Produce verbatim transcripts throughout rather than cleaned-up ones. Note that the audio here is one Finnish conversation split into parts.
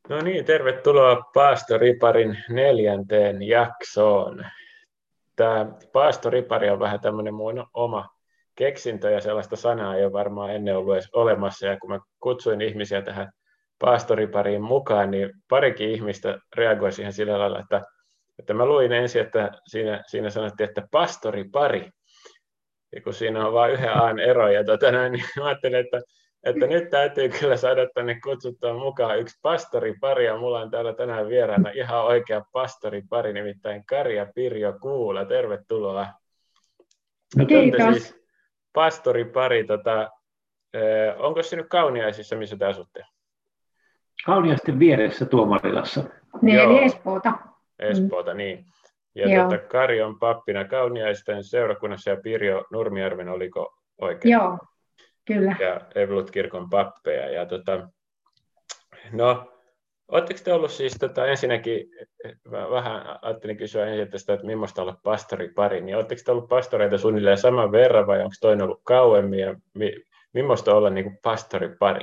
No niin, tervetuloa Paastoriparin neljänteen jaksoon. Tämä Paastoripari on vähän tämmöinen mun oma keksintö ja sellaista sanaa ei ole varmaan ennen ollut edes olemassa. Ja kun mä kutsuin ihmisiä tähän Paastoripariin mukaan, niin parikin ihmistä reagoi siihen sillä lailla, että, että mä luin ensin, että siinä, siinä sanottiin, että pastoripari. Ja kun siinä on vain yhden aan ero, ja tota noin, niin mä ajattelin, että että nyt täytyy kyllä saada tänne kutsuttua mukaan yksi pastoripari, ja mulla on täällä tänään vieraana ihan oikea pastoripari, nimittäin Kari ja Pirjo Kuula. Tervetuloa. No, kiitos. Siis pastoripari, tota, onko se nyt Kauniaisissa, missä te asutte? Kauniaisten vieressä Tuomarilassa. Niin, eli Espoota. Espoota, niin. Ja tota, Kari on pappina Kauniaisten seurakunnassa ja Pirjo Nurmijärven, oliko oikein? Joo. Kyllä. Ja Evolut-kirkon pappeja. Ja tota, no, oletteko te ollut siis tota, ensinnäkin, vähän ajattelin kysyä ensin tästä, että millaista olla pastoripari, niin oletteko te ollut pastoreita suunnilleen saman verran vai onko toinen ollut kauemmin ja mi, millaista olla niin kuin pastoripari?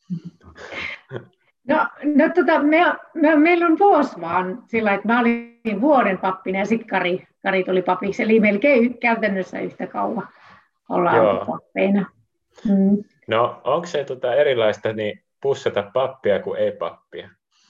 No, no tota, me, me, meillä on vuosi vaan sillä, että mä olin vuoden pappina ja sitten Kari, Kari tuli papiksi, eli melkein käytännössä yhtä kauan ollaan oltu pappeina. Mm. No, onko se tota erilaista niin pussata pappia kuin ei-pappia?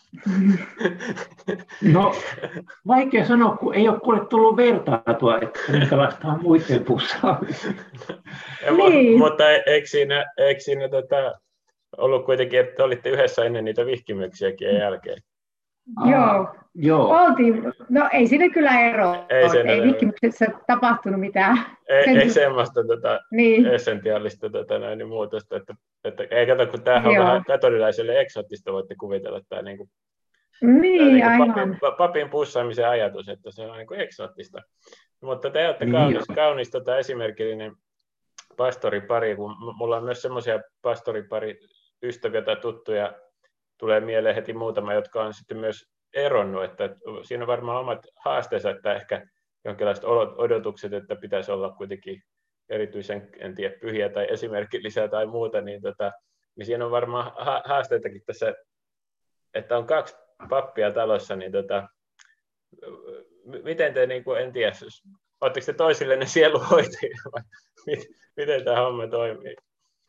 No, vaikea sanoa, kun ei ole kuule tullut vertailtua, että minkälaista on muiden pussaamista. Niin. Mutta eikö siinä, eikö siinä tota, ollut kuitenkin, että olitte yhdessä ennen niitä vihkimyksiäkin ja jälkeen? Joo. Joo. Oltiin. No ei siinä kyllä eroa. Ei, ei vihkimyksessä tapahtunut mitään. Ei, Sen... ei semmoista tota, niin. essentiaalista tota, näin, muutosta. Että, että, ei kato, kun tämähän on vähän katolilaiselle eksoottista, voitte kuvitella tämä niin kuin, niin, tämä, niin kuin papin, papin pussaamisen ajatus, että se on niin kuin eksoottista. Mutta te olette kaunis, niin kaunis tota, esimerkillinen pastoripari, kun mulla on myös semmoisia pastoripari ystäviä tai tuttuja, tulee mieleen heti muutama, jotka on sitten myös eronnut, että siinä on varmaan omat haasteensa, että ehkä jonkinlaiset odotukset, että pitäisi olla kuitenkin erityisen, en tiedä, pyhiä tai esimerkillisiä tai muuta, niin, tota, niin siinä on varmaan haasteitakin tässä, että on kaksi pappia talossa, niin tota, miten te, niin kuin, en tiedä, oletteko te toisillenne sieluhoitajia vai miten tämä homma toimii?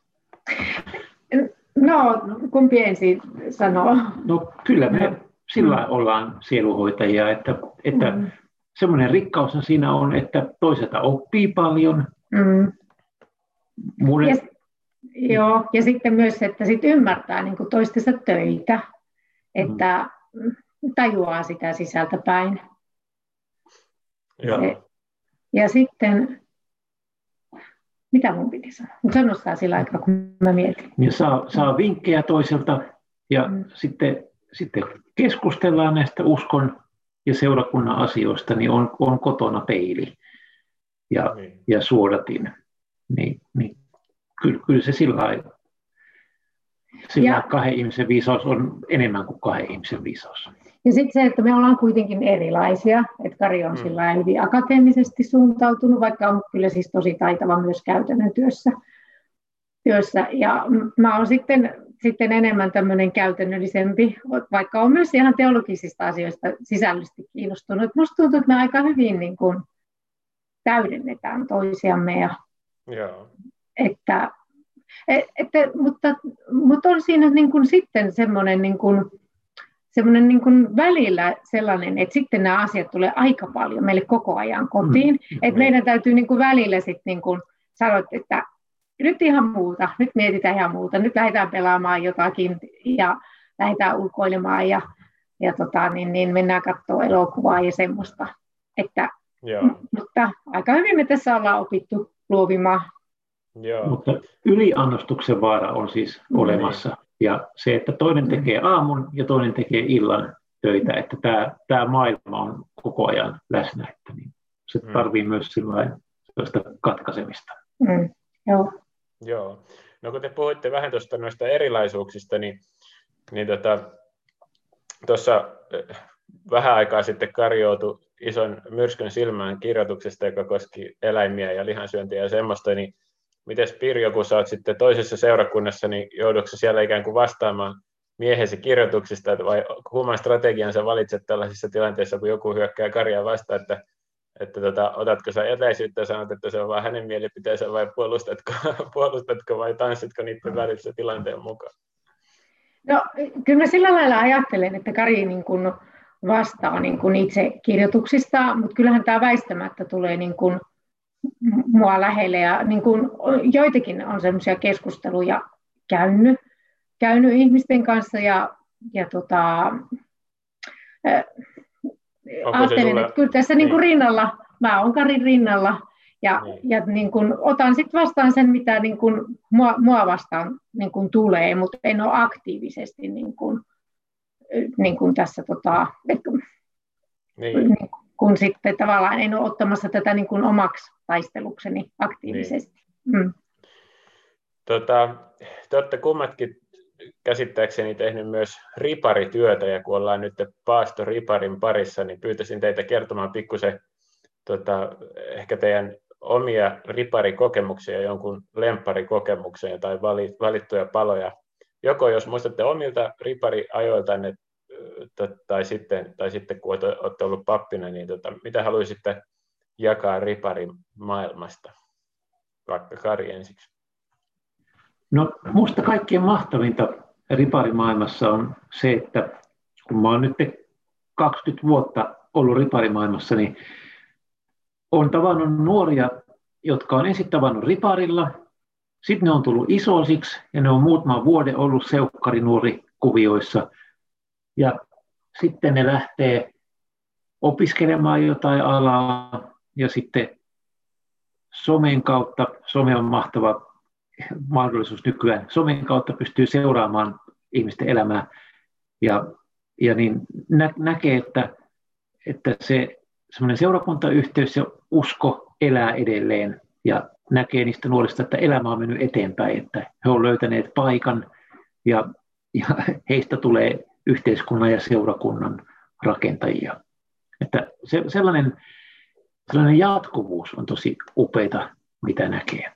No, kumpi ensin sanoo? No kyllä me sillä mm. ollaan sieluhoitajia, että, että mm. semmoinen rikkaus siinä on, että toiselta oppii paljon. Mm. Mulle... Ja, joo, ja sitten myös, että sit ymmärtää niin kuin toistensa töitä, että mm. tajuaa sitä sisältäpäin. Ja, ja sitten... Mitä mun piti sanoa? Sano sitä sillä aikaa, kun mä mietin. Ja saa, saa vinkkejä toiselta ja mm. sitten, sitten keskustellaan näistä uskon ja seurakunnan asioista, niin on, on kotona peili ja, mm. ja suodatin. Niin, niin, kyllä, kyllä se sillä lailla, sillä ja, kahden ihmisen viisaus on enemmän kuin kahden ihmisen viisaus. Ja sitten se, että me ollaan kuitenkin erilaisia, että Kari on mm. sillä hyvin akateemisesti suuntautunut, vaikka on kyllä siis tosi taitava myös käytännön työssä. työssä. Ja mä oon sitten, sitten enemmän tämmöinen käytännöllisempi, vaikka on myös ihan teologisista asioista sisällöllisesti kiinnostunut. Musta tuntuu, että me aika hyvin niin kuin täydennetään toisiamme. Ja, Joo. Että, että, mutta, mutta on siinä niin kuin sitten semmoinen... Niin kuin, semmoinen niin kuin välillä sellainen, että sitten nämä asiat tulee aika paljon meille koko ajan kotiin. Mm. Että meidän täytyy niin kuin välillä sitten niin kuin sanoa, että nyt ihan muuta, nyt mietitään ihan muuta, nyt lähdetään pelaamaan jotakin ja lähdetään ulkoilemaan ja, ja tota, niin, niin mennään katsomaan elokuvaa ja semmoista. Että, mutta aika hyvin me tässä ollaan opittu luovimaan. Joo. Mutta yliannostuksen vaara on siis mm. olemassa. Ja se, että toinen tekee aamun ja toinen tekee illan töitä, että tämä, tämä maailma on koko ajan läsnä, että niin se tarvii mm. myös sellaista katkaisemista. Mm. Joo. Joo. No kun te puhuitte vähän tuosta noista erilaisuuksista, niin, niin tuossa tota, vähän aikaa sitten Kari joutui ison myrskyn silmään kirjoituksesta, joka koski eläimiä ja lihansyöntiä ja semmoista, niin miten Pirjo, kun sä oot sitten toisessa seurakunnassa, niin joudutko siellä ikään kuin vastaamaan miehesi kirjoituksista, että vai kumman strategian sä valitset tällaisissa tilanteissa, kun joku hyökkää Karia vastaan, että, että tota, otatko sä etäisyyttä ja sanot, että se on vaan hänen mielipiteensä vai puolustatko, puolustatko vai tanssitko niiden välissä tilanteen mukaan? No kyllä mä sillä lailla ajattelen, että Kari niin kuin vastaa niin kuin itse kirjoituksista, mutta kyllähän tämä väistämättä tulee niin kuin mua lähelle ja niin kuin joitakin on semmoisia keskusteluja käynyt, käynyt ihmisten kanssa ja, ja tota, ajattelen, sulle... että kyllä tässä niin kuin rinnalla, mä oon Karin rinnalla ja, niin. ja niin kuin otan sitten vastaan sen, mitä niin kuin mua, mua vastaan niin kuin tulee, mutta en ole aktiivisesti niin kuin, niin kuin tässä, tota, et, niin. Niin, kun sitten tavallaan en ole ottamassa tätä niin kuin omaksi taistelukseni aktiivisesti. Niin. Mm. Tota, te olette kummatkin käsittääkseni tehnyt myös riparityötä, ja kun ollaan nyt Paasto Riparin parissa, niin pyytäisin teitä kertomaan pikkusen tota, ehkä teidän omia riparikokemuksia, jonkun lempparikokemuksia tai valittuja paloja. Joko jos muistatte omilta ripariajoiltanne, tai sitten, tai sitten kun olette ollut pappina, niin tota, mitä haluaisitte jakaa riparin maailmasta? Vaikka Kari ensiksi. No, minusta kaikkein mahtavinta riparimaailmassa on se, että kun mä oon nyt kaksikymmentä vuotta ollut riparimaailmassa, niin olen tavannut nuoria, jotka on ensin tavannut riparilla, sitten ne on tullut isoisiksi ja ne on muutaman vuoden ollut seukkarinuorikuvioissa ja sitten ne lähtee opiskelemaan jotain alaa ja sitten somen kautta, some on mahtava mahdollisuus nykyään, somen kautta pystyy seuraamaan ihmisten elämää ja, ja niin nä, näkee, että, että se semmoinen seurakuntayhteys ja usko elää edelleen ja näkee niistä nuorista, että elämä on mennyt eteenpäin, että he ovat löytäneet paikan ja, ja heistä tulee yhteiskunnan ja seurakunnan rakentajia. Että se, sellainen, sellainen jatkuvuus on tosi upeita, mitä näkee.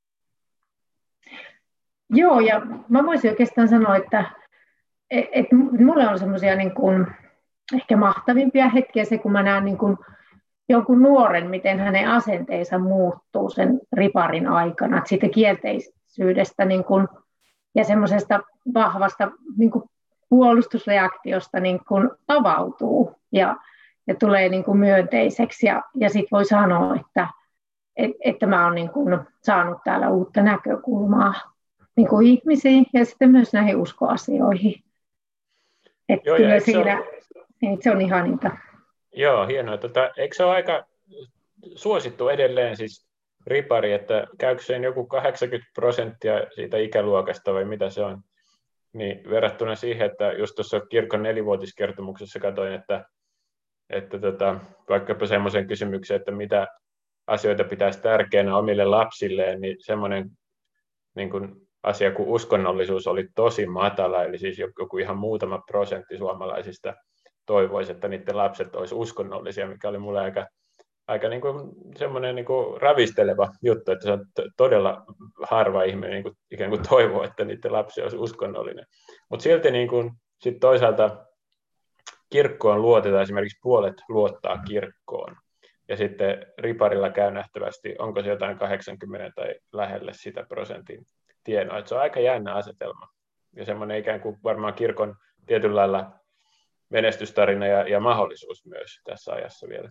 Joo, ja mä voisin oikeastaan sanoa, että et, et mulle on semmoisia niin kuin ehkä mahtavimpia hetkiä se, kun mä näen niin kuin jonkun nuoren, miten hänen asenteensa muuttuu sen riparin aikana, että siitä kielteisyydestä niin kuin, ja semmoisesta vahvasta niin kuin puolustusreaktiosta niin kuin avautuu ja, ja tulee niin kuin myönteiseksi ja, ja sitten voi sanoa, että, et, että mä oon niin kuin saanut täällä uutta näkökulmaa niin kuin ihmisiin ja sitten myös näihin uskoasioihin. Että Joo, kyllä siinä, on... se on ihaninta. Joo, hienoa. Tota, eikö se ole aika suosittu edelleen siis ripari, että käykö sen joku kahdeksankymmentä prosenttia siitä ikäluokasta vai mitä se on? Niin verrattuna siihen, että just tuossa kirkon nelivuotiskertomuksessa katsoin, että, että tota, vaikkapa semmoisen kysymyksen, että mitä asioita pitäisi tärkeänä omille lapsilleen, niin semmoinen niin kuin asia kuin uskonnollisuus oli tosi matala, eli siis joku ihan muutama prosentti suomalaisista toivoisi, että niiden lapset olisi uskonnollisia, mikä oli mulle aika, aika niin kuin semmoinen niin kuin ravisteleva juttu, että se on todella harva ihminen niin kuin ikään kuin toivoo, että niiden lapsi olisi uskonnollinen. Mutta silti niin kuin, sit toisaalta kirkkoon luotetaan, esimerkiksi puolet luottaa kirkkoon, ja sitten riparilla käy nähtävästi, onko se jotain kahdeksankymmentä tai lähelle sitä prosentin tienoa, että se on aika jännä asetelma, ja semmoinen ikään kuin varmaan kirkon tietyllä lailla menestystarina ja, ja mahdollisuus myös tässä ajassa vielä.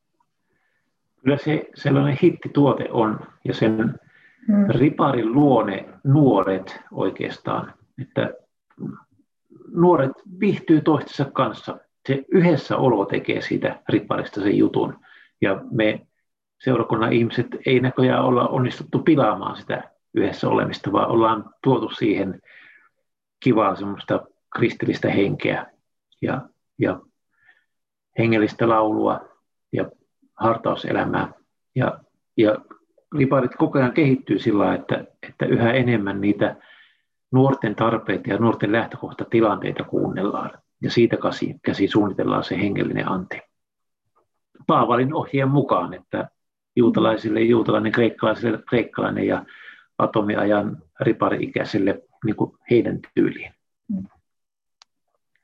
Kyllä se sellainen hittituote on, ja sen hmm. riparin luone nuoret oikeastaan, että nuoret viihtyy toistensa kanssa. Se yhdessä olo tekee siitä riparista sen jutun, ja me seurakunnan ihmiset ei näköjään olla onnistuttu pilaamaan sitä yhdessä olemista, vaan ollaan tuotu siihen kivaa semmoista kristillistä henkeä ja, ja hengellistä laulua ja hartauselämää. Ja, ja riparit koko ajan kehittyy sillä lailla, että, että yhä enemmän niitä nuorten tarpeita ja nuorten lähtökohtatilanteita kuunnellaan. Ja siitä käsi, käsi suunnitellaan se hengellinen anti. Paavalin ohjeen mukaan, että juutalaisille juutalainen, kreikkalaisille kreikkalainen ja atomiajan ripari-ikäiselle niin kuin heidän tyyliin.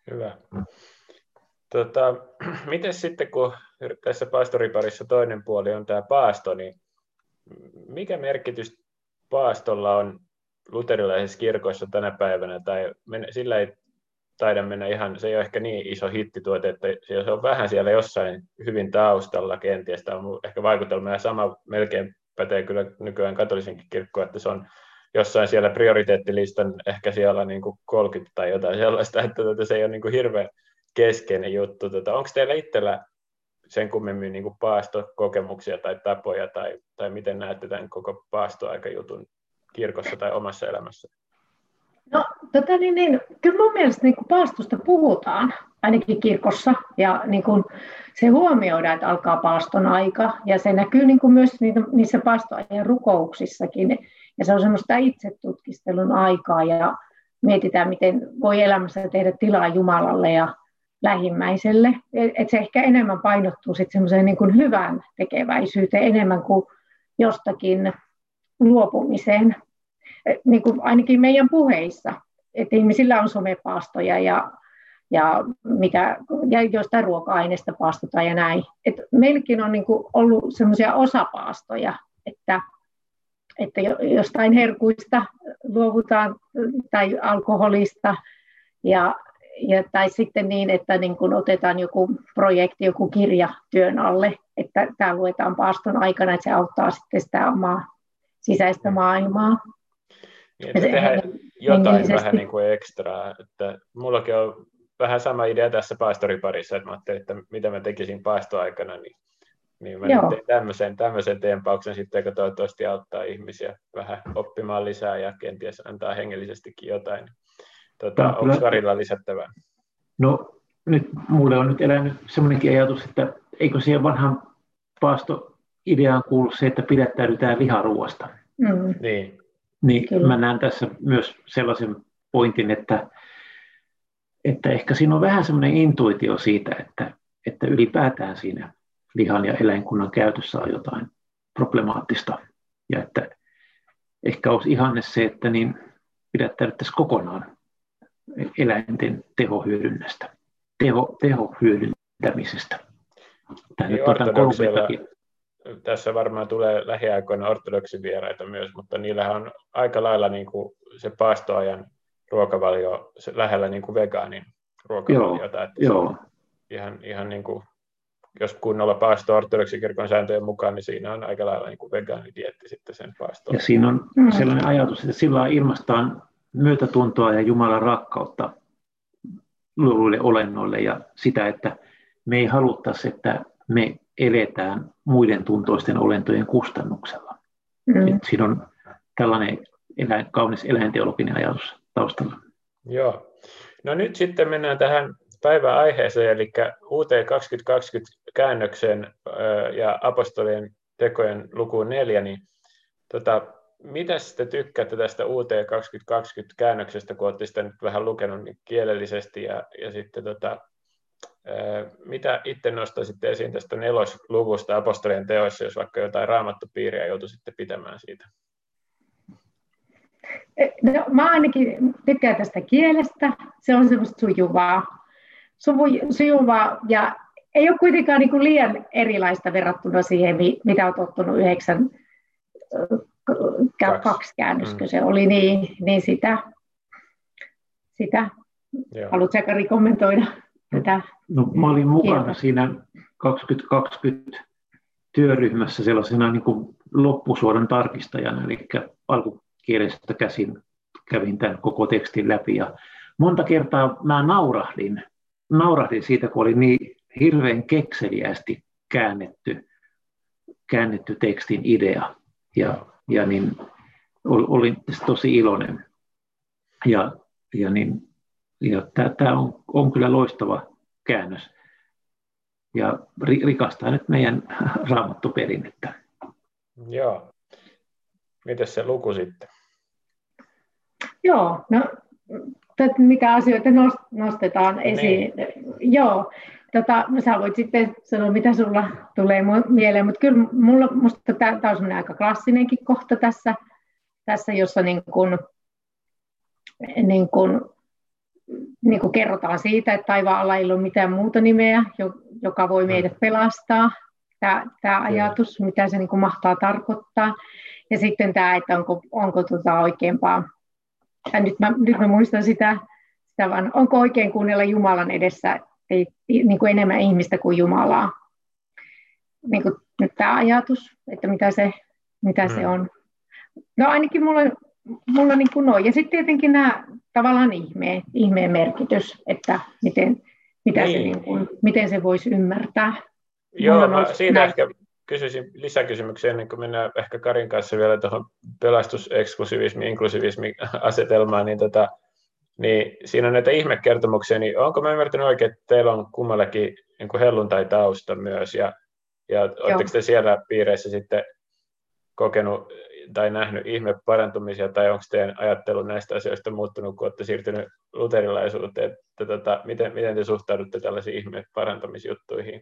Hyvä. Tota, miten sitten, kun tässä paastoriparissa toinen puoli on tämä paasto, niin mikä merkitys paastolla on luterilaisissa kirkoissa tänä päivänä, tai sillä ei taida mennä ihan, se ei ole ehkä niin iso hittituote, että se on vähän siellä jossain hyvin taustalla kenties, tämä on ehkä vaikutelma, ja sama melkein pätee kyllä nykyään katolisenkin kirkkoon, että se on jossain siellä prioriteettilistan ehkä siellä niin kuin kolmekymmentä tai jotain sellaista, että tuota, se ei ole niin kuin hirveän keskeinen juttu. Tuota, onko teillä itsellä sen kummemmin niin kuin paastokokemuksia tai tapoja, tai, tai miten näette tämän koko paastoaikajutun kirkossa tai omassa elämässä? No, tota, niin, niin, kyllä mun mielestä niin kuin paastosta puhutaan, ainakin kirkossa, ja niin kuin se huomioidaan, että alkaa paaston aika, ja se näkyy niin kuin myös niissä paastoajan rukouksissakin, ja se on semmoista itsetutkistelun aikaa, ja mietitään, miten voi elämässä tehdä tilaa Jumalalle ja lähimmäiselle, että se ehkä enemmän painottuu sitten semmoiseen niin kuin hyvän tekeväisyyteen enemmän kuin jostakin luopumiseen. Niin kuin ainakin meidän puheissa, että ihmisillä on somepaastoja ja, ja, mitä, ja jostain ruoka-aineista paastotaan ja näin. Et meilläkin on niin kuin ollut semmoisia osapaastoja, että, että jostain herkuista luovutaan tai alkoholista, ja, ja, tai sitten niin, että niin kuin otetaan joku projekti, joku kirja työn alle, että tämä luetaan paaston aikana, että se auttaa sitten sitä omaa sisäistä maailmaa. Niin, että tehdään jotain vähän niin kuin ekstraa. Että mullakin on vähän sama idea tässä paastoriparissa, että mä ajattelin, että mitä mä tekisin paastoaikana, niin, niin mä nyt tein tämmöisen, tämmöisen teempauksen sitten, joka toivottavasti auttaa ihmisiä vähän oppimaan lisää ja kenties antaa hengellisestikin jotain. Tota, no, onko Karilla lisättävää? No nyt mulle on nyt elänyt semmoinenkin ajatus, että eikö siihen vanhaan paastoideaan kuulu se, että pidättäydytään liharuoasta. Mm. Niin. Niin mä näen tässä myös sellaisen pointin, että, että ehkä siinä on vähän semmoinen intuitio siitä, että, että ylipäätään siinä lihan ja eläinkunnan käytössä on jotain problemaattista. Ja että ehkä olisi ihanne se, että niin pidättäydyttäisiin kokonaan eläinten tehohyödynnästä, teho, tehohyödyntämisestä. Tämä nyt otan kolme Tässä varmaan tulee lähiaikoina ortodoksivieraita myös, mutta niillähän on aika lailla niin kuin se paastoajan ruokavalio se lähellä niin kuin vegaanin ruokavaliota. Joo, että joo. Ihan, ihan niin kuin, jos kunnolla paasto ortodoksikirkon sääntöjen mukaan, niin siinä on aika lailla niin kuin vegaanidieetti sitten sen paastoon. Ja siinä on sellainen ajatus, että sillä ilmaistaan myötätuntoa ja Jumalan rakkautta luoduille olennoille ja sitä, että me ei haluttaisi, että me eletään muiden tuntoisten olentojen kustannuksella. Mm. Siinä on tällainen eläin, kaunis eläinteologinen ajatus taustalla. Joo. No nyt sitten mennään tähän päivän aiheeseen, eli U T kaksituhattakaksikymmentä käännöksen ja apostolien tekojen lukuun neljä. Niin, tota, mitä te tykkäätte tästä U T kaksituhattakaksikymmentä käännöksestä, kun olette sitä nyt vähän lukenut niin kielellisesti ja, ja sitten tota, mitä itse nostaisitte esiin tästä nelosluvusta apostolien teoissa, jos vaikka jotain raamattupiiriä joutuisitte pitämään siitä? No, mä ainakin tykkään tästä kielestä. Se on semmoista sujuvaa. sujuvaa ja ei ole kuitenkaan niin kuin liian erilaista verrattuna siihen, mitä olet tottunut yhdeksän, kaksi, kaksi käännöskö mm. se oli, niin, niin sitä. sitä. Haluatko Kari kommentoida? Tätä. No, mä olin mukana kieltä. Siinä kaksituhattakaksikymmentä työryhmässä sellaisena niin kuin loppusuoran tarkistajana, eli alkukielestä käsin kävin tämän koko tekstin läpi ja monta kertaa mä naurahdin, naurahdin siitä, kun oli niin hirveän kekseliästi käännetty, käännetty tekstin idea ja, ja niin olin tosi iloinen ja, ja niin Ja tämä on, on kyllä loistava käännös ja rikastaa nyt meidän raamattuperinnettä. Joo. Mites se luku sitten? Joo, no mitä asioita nostetaan esiin. Niin. Joo, tota, sä voit sitten sanoa, mitä sulla tulee mieleen, mutta kyllä mulla, musta tämä on semmoinen aika klassinenkin kohta tässä, tässä jossa niin kun, niin kun niin kuin kerrotaan siitä, että taivaan alla ei ole mitään muuta nimeä, joka voi meidät pelastaa. Tämä, tämä ajatus, mitä se niin kuin mahtaa tarkoittaa. Ja sitten tämä, että onko, onko tota oikeampaa, ja nyt, mä, nyt mä muistan sitä, sitä vaan, onko oikein kuunnella Jumalan edessä ei, niin kuin enemmän ihmistä kuin Jumalaa. Niin kuin nyt tämä ajatus, että mitä se, mitä hmm. se on. No ainakin mulla, mulla niin kuin noin. Ja sitten tietenkin nämä tavallaan ihmeen, ihmeen merkitys, että miten, mitä niin. se, niin kuin, miten se voisi ymmärtää. Joo, mä siitä näin. Ehkä kysyisin lisäkysymyksiä ennen kuin mennään ehkä Karin kanssa vielä tuohon pelastuseksklusivismi, inklusivismi asetelmaan, niin, tota, niin siinä on näitä ihmekertomuksia, niin onko mä ymmärtänyt oikein, että teillä on kummallakin niin kuin helluntai-tausta myös, ja, ja oletteko te siellä piireissä sitten kokenut tai nähnyt ihmeparantumisia, tai onko teidän ajattelu näistä asioista muuttunut, kun olette siirtynyt luterilaisuuteen, että tota, miten, miten te suhtaudutte tällaisiin ihmeparantamisjuttuihin?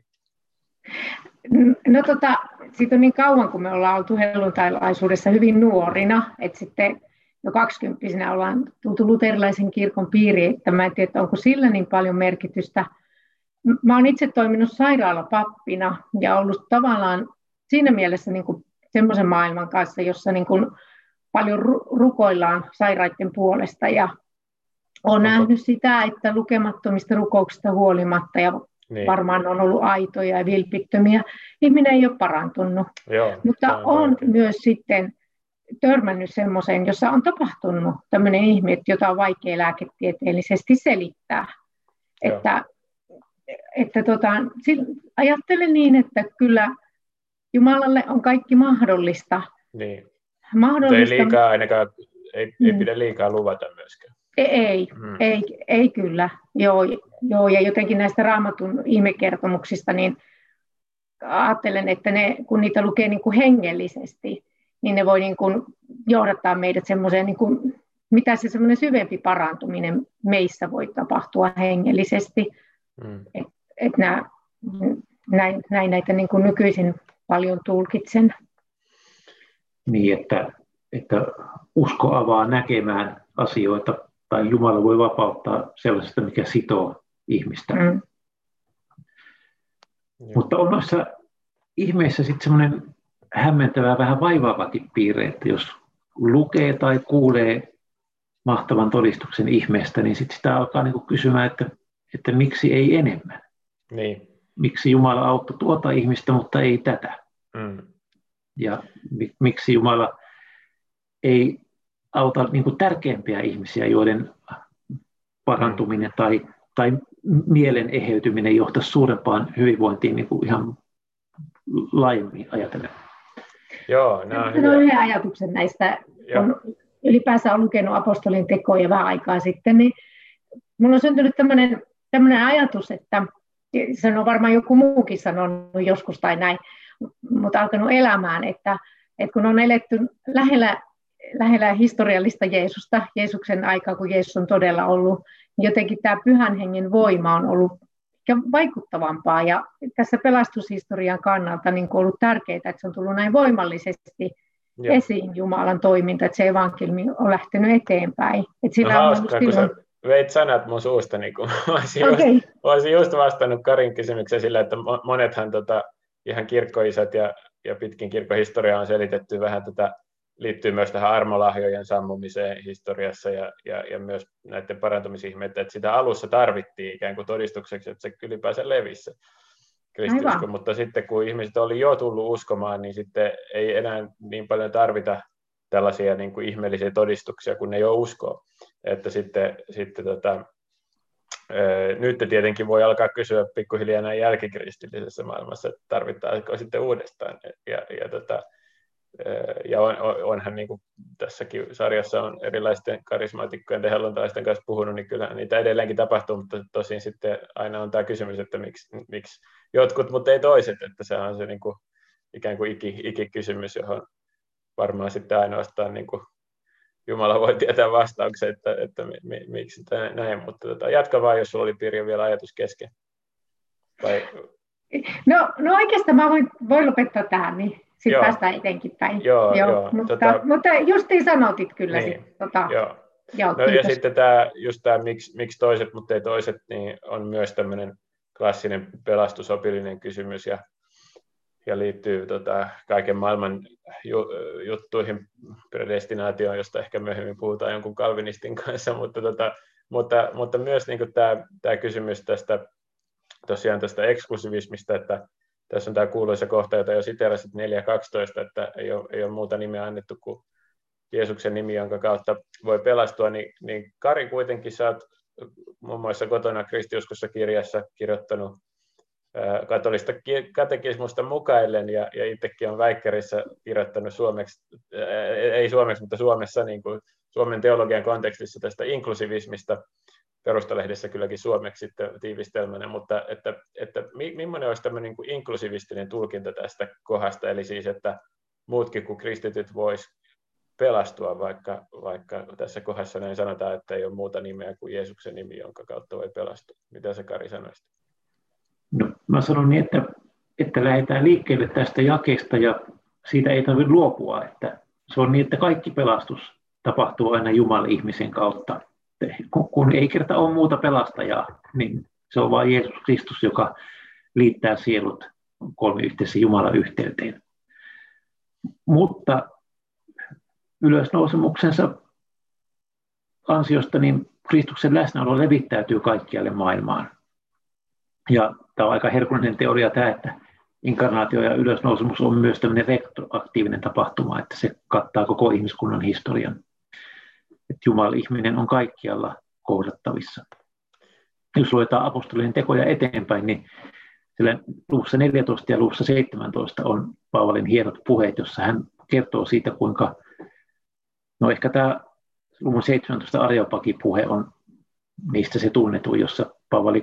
No tota, siitä on niin kauan, kun me ollaan oltu helluntailaisuudessa hyvin nuorina, että sitten jo kaksikymppisenä ollaan tultu luterilaisen kirkon piiriin, että mä en tiedä, onko sillä niin paljon merkitystä. Mä oon itse toiminut sairaalapappina ja ollut tavallaan siinä mielessä niin kuin semmoisen maailman kanssa, jossa niin kuin paljon rukoillaan sairaiden puolesta ja olen nähnyt sitä, että lukemattomista rukouksista huolimatta ja niin. varmaan on ollut aitoja ja vilpittömiä, ihminen ei ole parantunut. Joo, mutta on tärkeä. Myös sitten törmännyt semmoiseen, jossa on tapahtunut tämmöinen ihme, jota on vaikea lääketieteellisesti selittää. Että, että tota, ajattelen niin, että kyllä Jumalalle on kaikki mahdollista. Niin. mahdollista. Ei, liikaa, ainakaan, ei, ei pidä liikaa luvata myöskään. Ei, hmm. ei, ei kyllä. Joo, joo, ja jotenkin näistä Raamatun ihmekertomuksista, niin ajattelen, että ne, kun niitä lukee niin kuin hengellisesti, niin ne voi niin kuin johdattaa meidät semmoiseen, niin kuin, mitä se semmoinen syvempi parantuminen meissä voi tapahtua hengellisesti. Hmm. Et, et nää, näin, näin näitä niin kuin nykyisin paljon tulkitsen. Niin, että, että usko avaa näkemään asioita, tai Jumala voi vapauttaa sellaisesta, mikä sitoo ihmistä. Mm. Mutta on noissa ihmeissä sitten semmoinen hämmentävä, vähän vaivaavakin piirre, että jos lukee tai kuulee mahtavan todistuksen ihmeestä, niin sitten sitä alkaa niinku kysymään, että, että miksi ei enemmän? Niin. Miksi Jumala auttoi tuota ihmistä, mutta ei tätä? Mm. Ja miksi Jumala ei auta niin kuin tärkeimpiä ihmisiä, joiden parantuminen tai, tai mielen eheytyminen johtaisi suurempaan hyvinvointiin niin kuin ihan laajemmin ajatellen. Joo, nämä on hyviä. Yhden ajatuksen näistä, kun ylipäänsä on lukenut apostolin tekoja vähän aikaa sitten, niin minulla on syntynyt tämmöinen, tämmöinen ajatus, että se on varmaan joku muukin sanonut joskus tai näin, mutta alkanut elämään, että, että kun on eletty lähellä, lähellä historiallista Jeesusta, Jeesuksen aikaa, kun Jeesus on todella ollut, niin jotenkin tämä pyhän hengen voima on ollut vaikuttavampaa. Ja tässä pelastushistorian kannalta niin on ollut tärkeää, että se on tullut näin voimallisesti Joo. esiin Jumalan toiminta, että se evankeliumi on lähtenyt eteenpäin. Että sillä no, on hauskaa, silloin... kun sä veit sanat mun suusta, niin kun olisin, okay. just, olisin just vastannut Karin kysymykseen sillä, että monethan tota, ihan kirkkoisät ja, ja pitkin kirkkohistoriaa on selitetty vähän tätä, liittyy myös tähän armolahjojen sammumiseen historiassa ja, ja, ja myös näiden parantumisihmeiden, että sitä alussa tarvittiin ikään kuin todistukseksi, että se ylipäänsä levisi kristiusko, mutta sitten kun ihmiset oli jo tullut uskomaan, niin sitten ei enää niin paljon tarvita tällaisia niin kuin ihmeellisiä todistuksia, kun ne jo uskoo. Että sitten, sitten tota, nyt tietenkin voi alkaa kysyä pikkuhiljaa näin jälkikristillisessä maailmassa, että tarvitaanko sitten uudestaan. Ja, ja, tota, ja on, onhan niin kuin tässäkin sarjassa on erilaisten karismaatikkojen ja helluntalaisten kanssa puhunut, niin kyllä niitä edelleenkin tapahtuu, mutta tosin sitten aina on tämä kysymys, että miksi, miksi jotkut, mutta ei toiset, että se on se niin kuin, ikään kuin iki, ikikysymys, johon varmaan sitten ainoastaan niin kuin Jumala voi tietää vastauksen, että, että mi, miksi näin, mutta tota, jatka vaan, jos sulla oli Pirjo vielä ajatus kesken. Vai... No, no oikeastaan mä voin, voin lopettaa tähän, niin sitten päästään etenkin päin. Joo, joo, joo, mutta, tota... mutta justiin sanotit kyllä. Niin, sit, tota... joo. Joo, no ja sitten tämä, just tämä, miksi, miksi toiset, mutta ei toiset, niin on myös tämmöinen klassinen pelastusopillinen kysymys ja, ja liittyy tota, kaiken maailman ju, juttuihin, predestinaatioon, josta ehkä myöhemmin puhutaan jonkun kalvinistin kanssa, mutta, tota, mutta, mutta myös niin kuin tämä, tämä kysymys tästä, tosiaan tästä eksklusivismista, että tässä on tämä kuuluisa kohta, jota jo siteerasit neljä kaksitoista, että ei ole, ei ole muuta nimeä annettu kuin Jeesuksen nimi, jonka kautta voi pelastua, niin, niin Kari kuitenkin sä oot muun muassa kotona kristiuskossa kirjassa kirjoittanut ää, katolista katekismusta mukaillen, ja, ja itsekin on Väikkärissä kirjoittanut suomeksi, ää, ei suomeksi, mutta Suomessa niin kuin Suomen teologian kontekstissa tästä inklusivismista, Perustalehdessä kylläkin suomeksi sitten tiivistelmänä, mutta että, että millainen olisi tämmöinen niin kuin inklusivistinen tulkinta tästä kohdasta, eli siis, että muutkin kuin kristityt vois pelastua, vaikka, vaikka tässä kohdassa näin sanotaan, että ei ole muuta nimeä kuin Jeesuksen nimi, jonka kautta voi pelastua. Mitä sä, Kari, sanoisit? No, mä sanon niin, että, että lähdetään liikkeelle tästä jakeesta ja siitä ei tarvitse luopua. Että se on niin, että kaikki pelastus tapahtuu aina Jumalan ihmisen kautta. Kun ei kerta ole muuta pelastajaa, niin se on vain Jeesus Kristus, joka liittää sielut kolmiyhteiseen Jumalan yhteyteen. Mutta ylösnousemuksensa ansiosta niin Kristuksen läsnäolo levittäytyy kaikkialle maailmaan. Ja tämä on aika herkullinen teoria tämä, että inkarnaatio ja ylösnousemus on myös tämmöinen retroaktiivinen tapahtuma, että se kattaa koko ihmiskunnan historian. Että Jumalan ihminen on kaikkialla kohdattavissa. Jos luetaan apostolien tekoja eteenpäin, niin siellä luvussa neljätoista ja luvussa seitsemäntoista on Paavalin hienot puheet, jossa hän kertoo siitä, kuinka, no ehkä tämä luvun seitsemäntoista Areopagi-puhe on niistä se tunnetu, jossa Paavali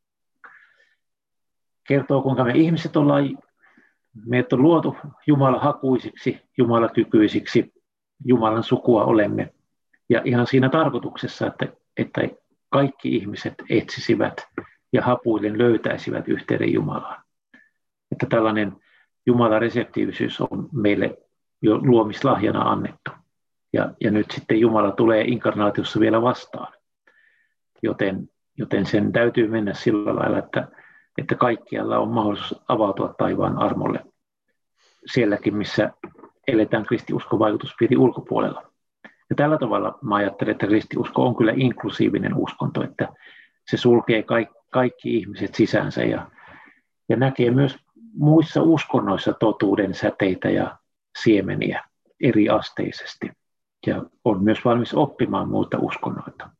kertoo, kuinka me ihmiset ollaan, meidät on luotu Jumala-hakuisiksi, Jumala-kykyisiksi, Jumalan sukua olemme. Ja ihan siinä tarkoituksessa, että, että kaikki ihmiset etsisivät ja hapuillen löytäisivät yhteyden Jumalaan. Että tällainen Jumalan reseptiivisyys on meille jo luomislahjana annettu. Ja, ja nyt sitten Jumala tulee inkarnaatiossa vielä vastaan. Joten, joten sen täytyy mennä sillä lailla, että, että kaikkialla on mahdollisuus avautua taivaan armolle. Sielläkin, missä eletään kristiuskon vaikutuspiirin ulkopuolella. Ja tällä tavalla mä ajattelen, että kristiusko on kyllä inklusiivinen uskonto, että se sulkee kaikki, kaikki ihmiset sisäänsä ja, ja näkee myös muissa uskonnoissa totuuden säteitä ja siemeniä eri asteisesti. Ja on myös valmis oppimaan muita uskonnoita.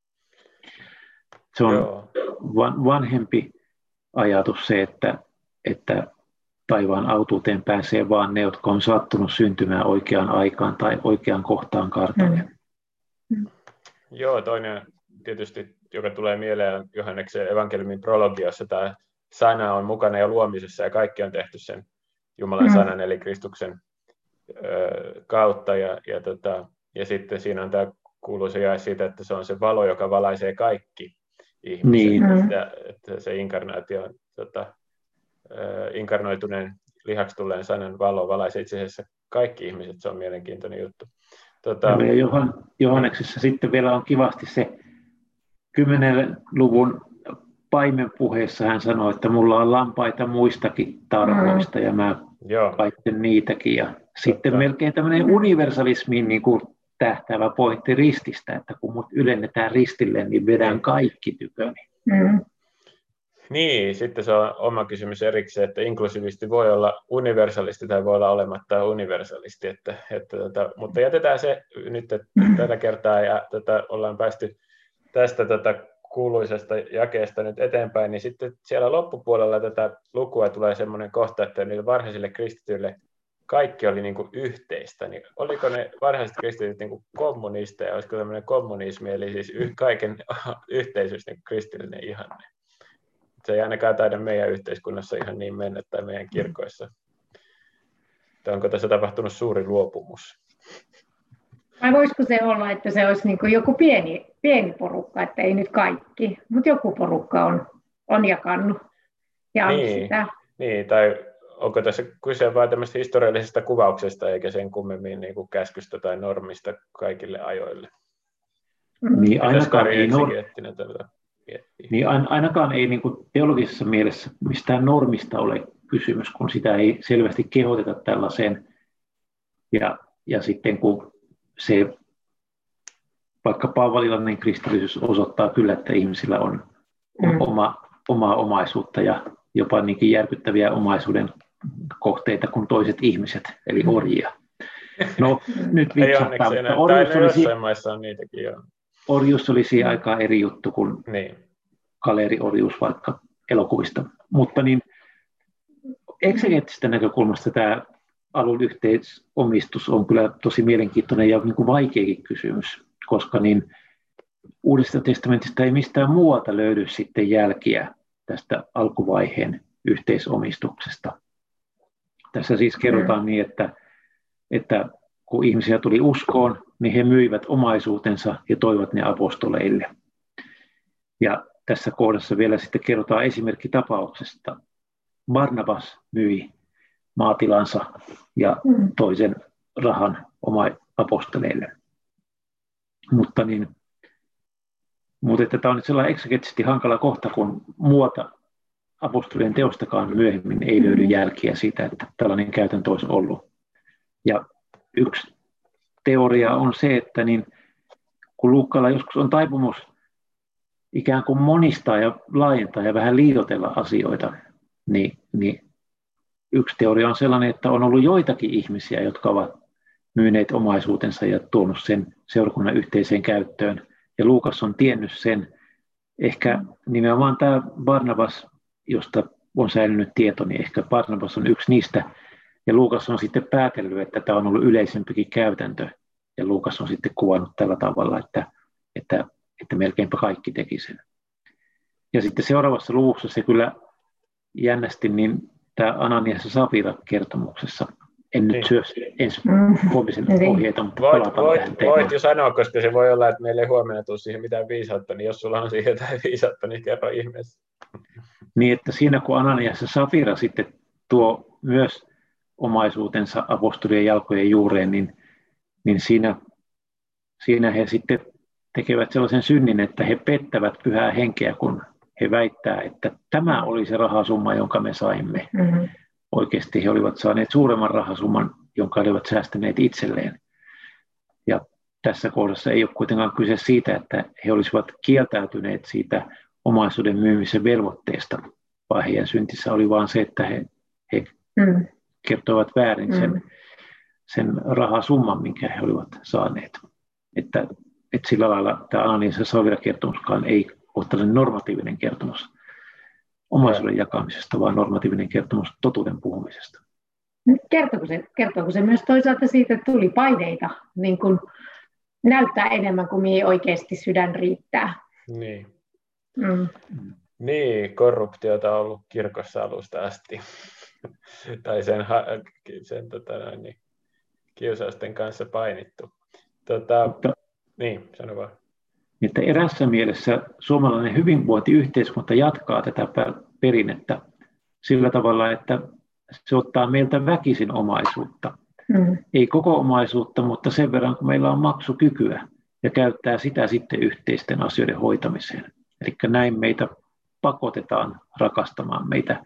Se on van, vanhempi ajatus se, että, että taivaan autuuteen pääsee vaan ne, jotka on sattunut syntymään oikeaan aikaan tai oikeaan kohtaan kartalle. Mm. Joo, toinen tietysti, joka tulee mieleen Johanneksen evankeliumin prologiassa, tämä sana on mukana jo luomisessa ja kaikki on tehty sen Jumalan mm. sanan eli Kristuksen ö, kautta. Ja, ja, tota, ja sitten siinä on tämä kuuluisa jae siitä, että se on se valo, joka valaisee kaikki ihmiset. Niin. Että, että se inkarnaatio on tota, inkarnoituneen lihaksi tulleen sanan valo valaisee itse asiassa kaikki ihmiset, se on mielenkiintoinen juttu. Tota... Ja Johan, Johanneksessa sitten vielä on kivasti se kymmenen luvun paimenpuheessa hän sanoi, että mulla on lampaita muistakin tarhoista ja mä kaitsen niitäkin. Ja Totta. Sitten melkein tämmöinen universalismiin niin kuin tähtäävä pointti rististä, että kun mut ylennetään ristille, niin vedän kaikki tyköni. Mm. Niin, sitten se on oma kysymys erikseen, että inklusivisti voi olla universalisti tai voi olla olematta universalisti, että, että, että, mutta jätetään se nyt tällä kertaa ja tätä, ollaan päästy tästä tätä kuuluisesta jakeesta nyt eteenpäin, niin sitten siellä loppupuolella tätä lukua tulee semmoinen kohta, että niille varhaisille kristityille kaikki oli niin kuin yhteistä, niin oliko ne varhaiset kristityt niin kuin kommunisteja, olisiko tämmöinen kommunismi, eli siis kaiken yhteisyys niin kristillinen ihanne? Se ei ainakaan taida meidän yhteiskunnassa ihan niin mennä tai meidän kirkoissa. Tai onko tässä tapahtunut suuri luopumus? Vai voisiko se olla, että se olisi niin kuin joku pieni, pieni porukka, että ei nyt kaikki, mutta joku porukka on, on jakannut ja niin, sitä. Niin, tai onko tässä kyse vain tämmöistä historiallisesta kuvauksesta, eikä sen kummemmin niin kuin käskystä tai normista kaikille ajoille? Niin ainakaan ei, nor- niin ainakaan ei niin kuin teologisessa mielessä mistään normista ole kysymys, kun sitä ei selvästi kehoteta tällaiseen. Ja, ja sitten kun se vaikka paavalilainen kristillisyys osoittaa kyllä, että ihmisillä on mm. oma, omaa omaisuutta ja jopa niinkin järkyttäviä omaisuuden kohteita kuin toiset ihmiset, eli orjia. No nyt vitsahtaa, mutta orjuus olisi, maissa on niitäkin, joo. Orjuus oli siihen aikaan eri juttu kuin niin. kaleeriorjuus vaikka elokuvista. Mutta niin eksegeettisestä näkökulmasta tämä alun yhteisomistus on kyllä tosi mielenkiintoinen ja niin kuin vaikeakin kysymys, koska niin Uudesta testamentista ei mistään muualta löydy sitten jälkiä tästä alkuvaiheen yhteisomistuksesta. Tässä siis kerrotaan mm. niin, että, että kun ihmisiä tuli uskoon, niin he myivät omaisuutensa ja toivat ne apostoleille. Ja tässä kohdassa vielä sitten kerrotaan esimerkki tapauksesta. Barnabas myi maatilansa ja toisen rahan oma apostoleille. Mutta, niin, mutta että tämä on nyt sellainen eksegeettisesti hankala kohta, kun muuta apostolien teostakaan myöhemmin ei löydy jälkiä siitä, että tällainen käytäntö olisi ollut. Ja yksi teoria on se, että niin, kun Luukkaalla joskus on taipumus ikään kuin monistaa ja laajentaa ja vähän liioitella asioita, niin, niin yksi teoria on sellainen, että on ollut joitakin ihmisiä, jotka ovat myyneet omaisuutensa ja tuonut sen seurakunnan yhteiseen käyttöön. Ja Luukas on tiennyt sen. Ehkä nimenomaan tämä Barnabas, josta on säilynyt tieto, niin ehkä Barnabas on yksi niistä. Ja Luukas on sitten päätellyt, että tämä on ollut yleisempikin käytäntö. Ja Luukas on sitten kuvannut tällä tavalla, että, että, että melkeinpä kaikki teki sen. Ja sitten seuraavassa luvussa se kyllä jännästi, niin tämä Ananias ja Safira kertomuksessa. En nyt syö ensi huomisen ohjeita, mutta voit, voit, voit jo sanoa, koska se voi olla, että meillä ei huomenna tule siihen mitään viisautta, niin jos sulla on siihen jotain viisautta, niin kerro ihmeessä. Niin, että siinä kun Ananias ja Safira sitten tuo myös omaisuutensa apostolien jalkojen juureen, niin, niin siinä, siinä he sitten tekevät sellaisen synnin, että he pettävät pyhää henkeä, kun he väittää, että tämä oli se rahasumma, jonka me saimme. Mm-hmm. Oikeasti he olivat saaneet suuremman rahasumman, jonka he olivat säästäneet itselleen. Ja tässä kohdassa ei ole kuitenkaan kyse siitä, että he olisivat kieltäytyneet siitä omaisuuden myymisen velvoitteesta, vaan heidän syntissä oli vain se, että he, he mm. kertoivat väärin sen, mm. sen rahasumman, minkä he olivat saaneet. Että, että sillä lailla tämä Ananias ja Safira-kertomuskaan ei ole tällainen normatiivinen kertomus omaisuuden jakamisesta, vaan normatiivinen kertomus totuuden puhumisesta. Kertooko se, kertooko se myös toisaalta siitä, että tuli paineita, niin kuin näyttää enemmän kuin mihin oikeasti sydän riittää? Niin. Mm. Niin, korruptiota on ollut kirkossa alusta asti. tai sen, sen tota, niin, kiusausten kanssa painittu. Tota, Mutta, niin, sano vaan. Että erässä mielessä suomalainen hyvinvointiyhteiskunta jatkaa tätä perinnettä sillä tavalla, että se ottaa meiltä väkisin omaisuutta. Mm. Ei koko omaisuutta, mutta sen verran, kun meillä on maksukykyä ja käyttää sitä sitten yhteisten asioiden hoitamiseen. Eli näin meitä pakotetaan rakastamaan meitä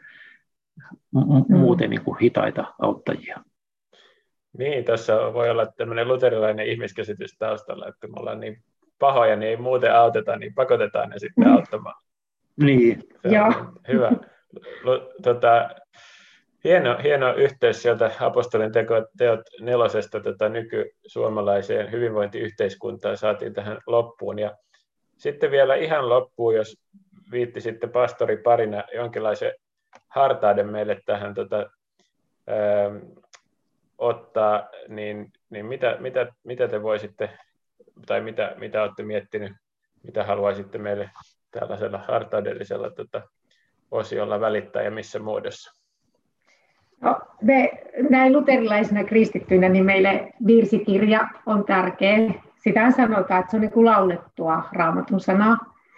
m- muuten niin kuin hitaita auttajia. Niin, tässä voi olla tämmöinen luterilainen ihmiskäsitys taustalla, että me ollaan niin pahoja, niin ei muuten auteta, niin pakotetaan ne sitten auttamaan. Niin. Se on hyvä. Tota, hieno, hieno yhteys sieltä apostolien teot nelosesta tota, nykysuomalaiseen hyvinvointiyhteiskuntaan saatiin tähän loppuun. Ja sitten vielä ihan loppuun, jos viitti sitten pastori parina jonkinlaisen hartauden meille tähän tota, ää, ottaa, niin, niin mitä, mitä, mitä te voisitte tai mitä, mitä olette miettinyt, mitä haluaisitte meille tällaisella hartaudellisella tota, osiolla välittää ja missä muodossa? No, me näin luterilaisina kristittyinä, niin meille virsikirja on tärkeä. Sitä sanotaan, että se on niin kuin laulettua Raamatun sanaa.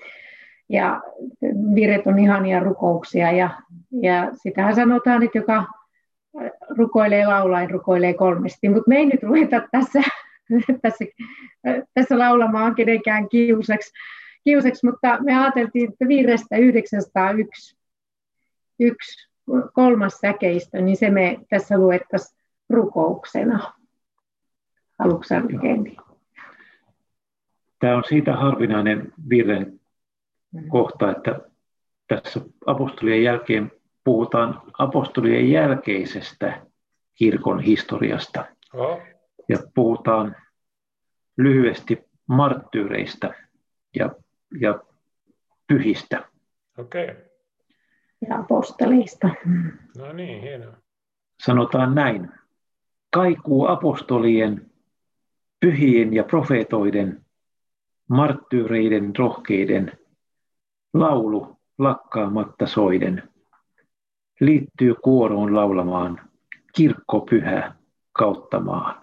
Ja virret on ihania rukouksia. Ja, ja sitähän sanotaan, että joka rukoilee laulain, rukoilee kolmesti. Mutta me ei nyt ruveta tässä tässä, tässä laulamaan kenenkään kiusaksi, kiusaksi, mutta me ajateltiin, että virrestä yhdeksänsataayksi yksi, kolmas säkeistö, niin se me tässä luettaisiin rukouksena. Haluatko lukea? Tämä on siitä harvinainen virren kohta, että tässä apostolien jälkeen puhutaan apostolien jälkeisestä kirkon historiasta. Oh. Ja puhutaan lyhyesti marttyyreistä ja, ja pyhistä. Okei. Okay. Ja apostoleista. No niin, hienoa. Sanotaan näin. Kaikuu apostolien, pyhien ja profeetoiden, marttyyreiden rohkeiden, laulu lakkaamatta soiden, liittyy kuoroon laulamaan, kirkko pyhä kautta maan.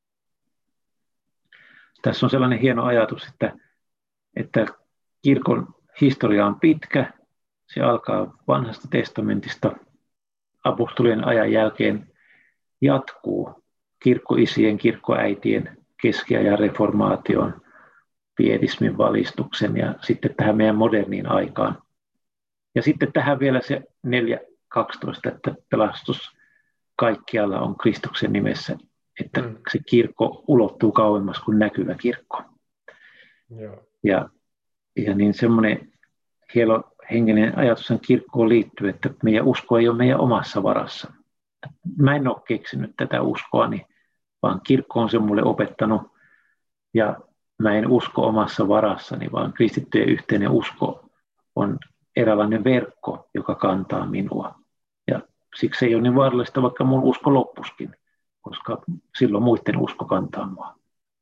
Tässä on sellainen hieno ajatus, että, että kirkon historia on pitkä. Se alkaa vanhasta testamentista, apostolien ajan jälkeen jatkuu kirkkoisien, kirkkoäitien, keskiajan reformaation, pietismin valistuksen ja sitten tähän meidän moderniin aikaan. Ja sitten tähän vielä se neljä kaksitoista, että pelastus kaikkialla on Kristuksen nimessä, että mm. se kirkko ulottuu kauemmas kuin näkyvä kirkko. Joo. Ja, ja niin semmoinen hieno hengellinen ajatushan kirkkoon liittyy, että meidän usko ei ole meidän omassa varassa. Mä en ole keksinyt tätä uskoani, vaan kirkko on se mulle opettanut. Ja mä en usko omassa varassani, vaan kristittyjen yhteinen usko on eräänlainen verkko, joka kantaa minua. Ja siksi ei ole niin vaarallista, vaikka mun usko loppuskin, koska silloin muiden usko kantaa mua.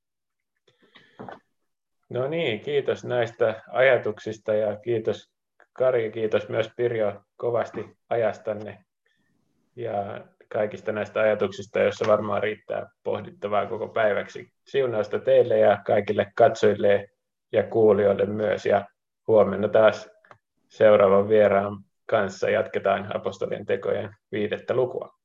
No niin, kiitos näistä ajatuksista ja kiitos Kari, kiitos myös Pirjo kovasti ajastanne ja kaikista näistä ajatuksista, joissa varmaan riittää pohdittavaa koko päiväksi. Siunausta teille ja kaikille katsojille ja kuulijoille myös ja huomenna taas seuraavan vieraan kanssa jatketaan apostolien tekojen viidettä lukua.